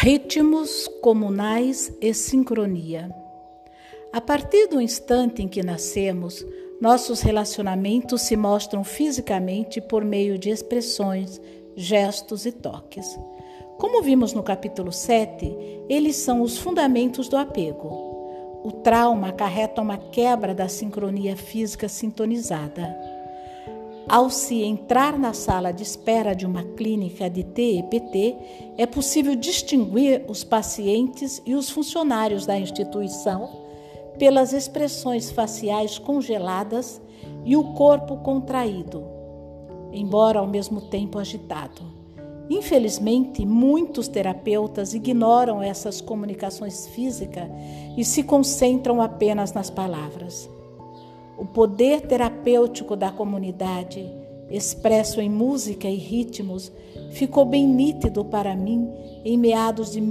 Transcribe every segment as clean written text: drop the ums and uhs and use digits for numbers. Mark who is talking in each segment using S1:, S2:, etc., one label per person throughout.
S1: Ritmos comunais e sincronia. A partir do instante em que nascemos, nossos relacionamentos se mostram fisicamente por meio de expressões, gestos e toques. Como vimos no capítulo 7, eles são os fundamentos do apego. O trauma acarreta uma quebra da sincronia física sintonizada. Ao se entrar na sala de espera de uma clínica de TEPT, é possível distinguir os pacientes e os funcionários da instituição pelas expressões faciais congeladas e o corpo contraído, embora ao mesmo tempo agitado. Infelizmente, muitos terapeutas ignoram essas comunicações físicas e se concentram apenas nas palavras. O poder terapêutico da comunidade, expresso em música e ritmos, ficou bem nítido para mim em meados de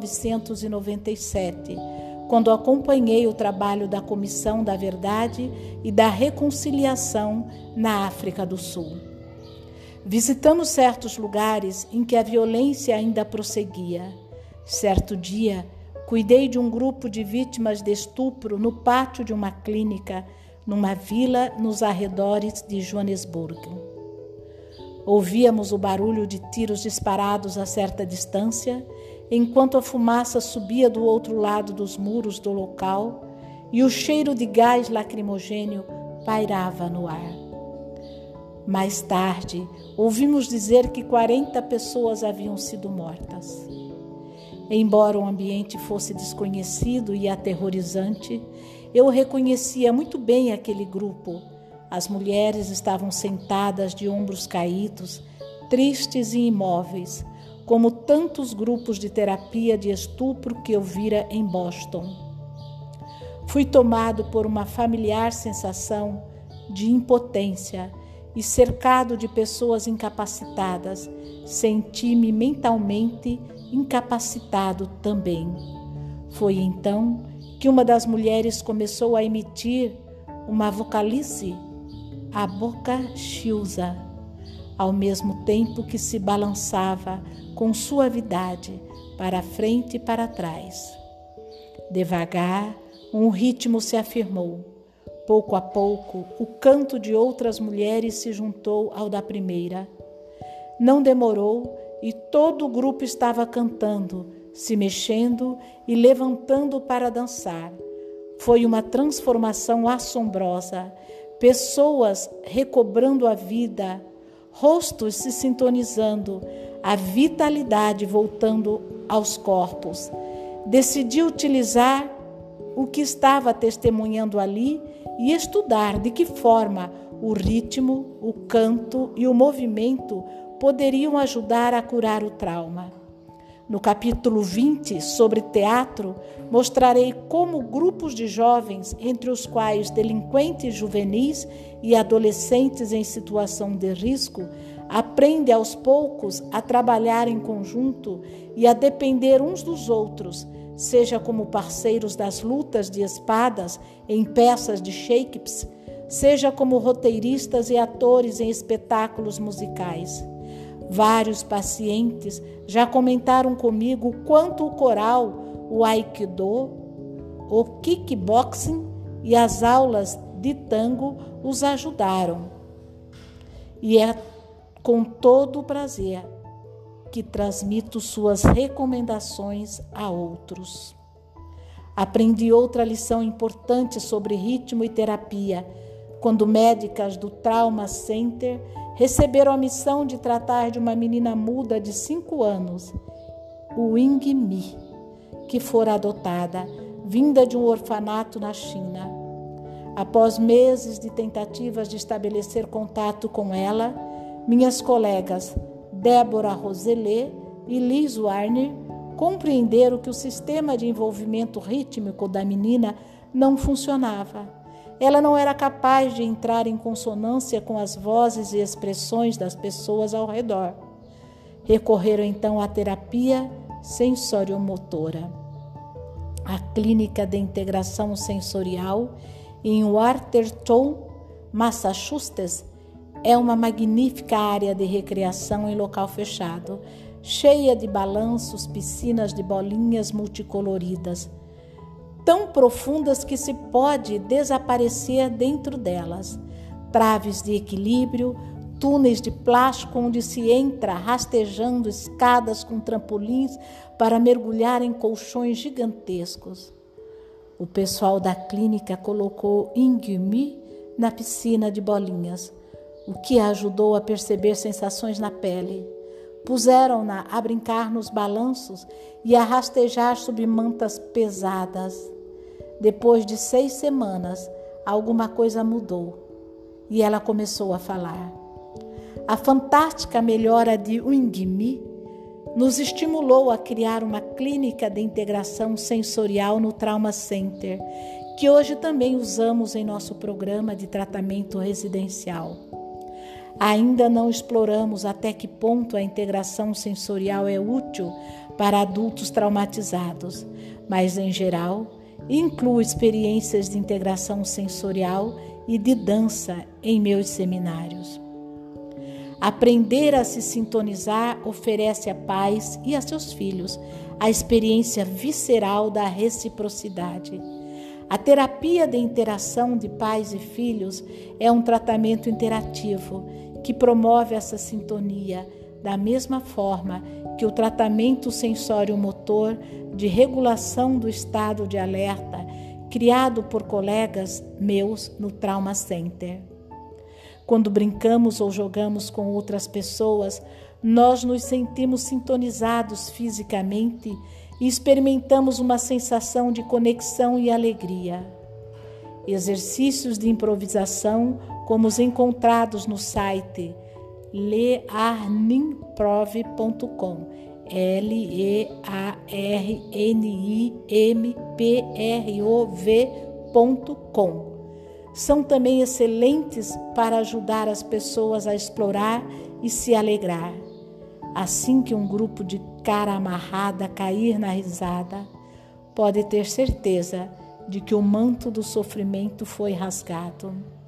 S1: 1997, quando acompanhei o trabalho da Comissão da Verdade e da Reconciliação na África do Sul. Visitamos certos lugares em que a violência ainda prosseguia. Certo dia, cuidei de um grupo de vítimas de estupro no pátio de uma clínica, numa vila nos arredores de Joanesburgo. Ouvíamos o barulho de tiros disparados a certa distância, enquanto a fumaça subia do outro lado dos muros do local e o cheiro de gás lacrimogêneo pairava no ar. Mais tarde, ouvimos dizer que 40 pessoas haviam sido mortas. Embora o ambiente fosse desconhecido e aterrorizante, eu reconhecia muito bem aquele grupo. As mulheres estavam sentadas de ombros caídos, tristes e imóveis, como tantos grupos de terapia de estupro que eu vira em Boston. Fui tomado por uma familiar sensação de impotência e, cercado de pessoas incapacitadas, senti-me mentalmente incapacitado também. Foi então que uma das mulheres começou a emitir uma vocalize, a boca chiusa, ao mesmo tempo que se balançava com suavidade para frente e para trás. Devagar, um ritmo se afirmou. Pouco a pouco, o canto de outras mulheres se juntou ao da primeira. Não demorou e todo o grupo estava cantando, se mexendo e levantando para dançar. Foi uma transformação assombrosa. Pessoas recobrando a vida, rostos se sintonizando, a vitalidade voltando aos corpos. Decidi utilizar o que estava testemunhando ali e estudar de que forma o ritmo, o canto e o movimento poderiam ajudar a curar o trauma. No capítulo 20, sobre teatro, mostrarei como grupos de jovens, entre os quais delinquentes juvenis e adolescentes em situação de risco, aprendem aos poucos a trabalhar em conjunto e a depender uns dos outros, seja como parceiros das lutas de espadas em peças de Shakespeare, seja como roteiristas e atores em espetáculos musicais. Vários pacientes já comentaram comigo o quanto o coral, o aikido, o kickboxing e as aulas de tango os ajudaram. E é com todo o prazer que transmito suas recomendações a outros. Aprendi outra lição importante sobre ritmo e terapia, quando médicas do Trauma Center receberam a missão de tratar de uma menina muda de 5 anos, Wing Mi, que fora adotada, vinda de um orfanato na China. Após meses de tentativas de estabelecer contato com ela, minhas colegas Débora Rosellet e Liz Warner compreenderam que o sistema de envolvimento rítmico da menina não funcionava. Ela não era capaz de entrar em consonância com as vozes e expressões das pessoas ao redor. Recorreram então à terapia sensoriomotora. A Clínica de Integração Sensorial em Watertown, Massachusetts, é uma magnífica área de recreação em local fechado. cheia de balanços, piscinas de bolinhas multicoloridas, tão profundas que se pode desaparecer dentro delas, traves de equilíbrio, túneis de plástico onde se entra rastejando, escadas com trampolins para mergulhar em colchões gigantescos. O pessoal da clínica colocou Ingumi na piscina de bolinhas, o que a ajudou a perceber sensações na pele. Puseram-na a brincar nos balanços e a rastejar sob mantas pesadas. Depois de 6 semanas, alguma coisa mudou e ela começou a falar. A fantástica melhora de Ingumi nos estimulou a criar uma clínica de integração sensorial no Trauma Center, que hoje também usamos em nosso programa de tratamento residencial. Ainda não exploramos até que ponto a integração sensorial é útil para adultos traumatizados, mas, em geral, incluo experiências de integração sensorial e de dança em meus seminários. Aprender a se sintonizar oferece a pais e a seus filhos a experiência visceral da reciprocidade. A terapia de interação de pais e filhos é um tratamento interativo que promove essa sintonia, da mesma forma que o tratamento sensório-motor de regulação do estado de alerta, criado por colegas meus no Trauma Center. Quando brincamos ou jogamos com outras pessoas, nós nos sentimos sintonizados fisicamente e experimentamos uma sensação de conexão e alegria. Exercícios de improvisação, como os encontrados no site learnimprov.com, learnimprov.com, são também excelentes para ajudar as pessoas a explorar e se alegrar. Assim que um grupo de cara amarrada cair na risada, pode ter certeza de que o manto do sofrimento foi rasgado.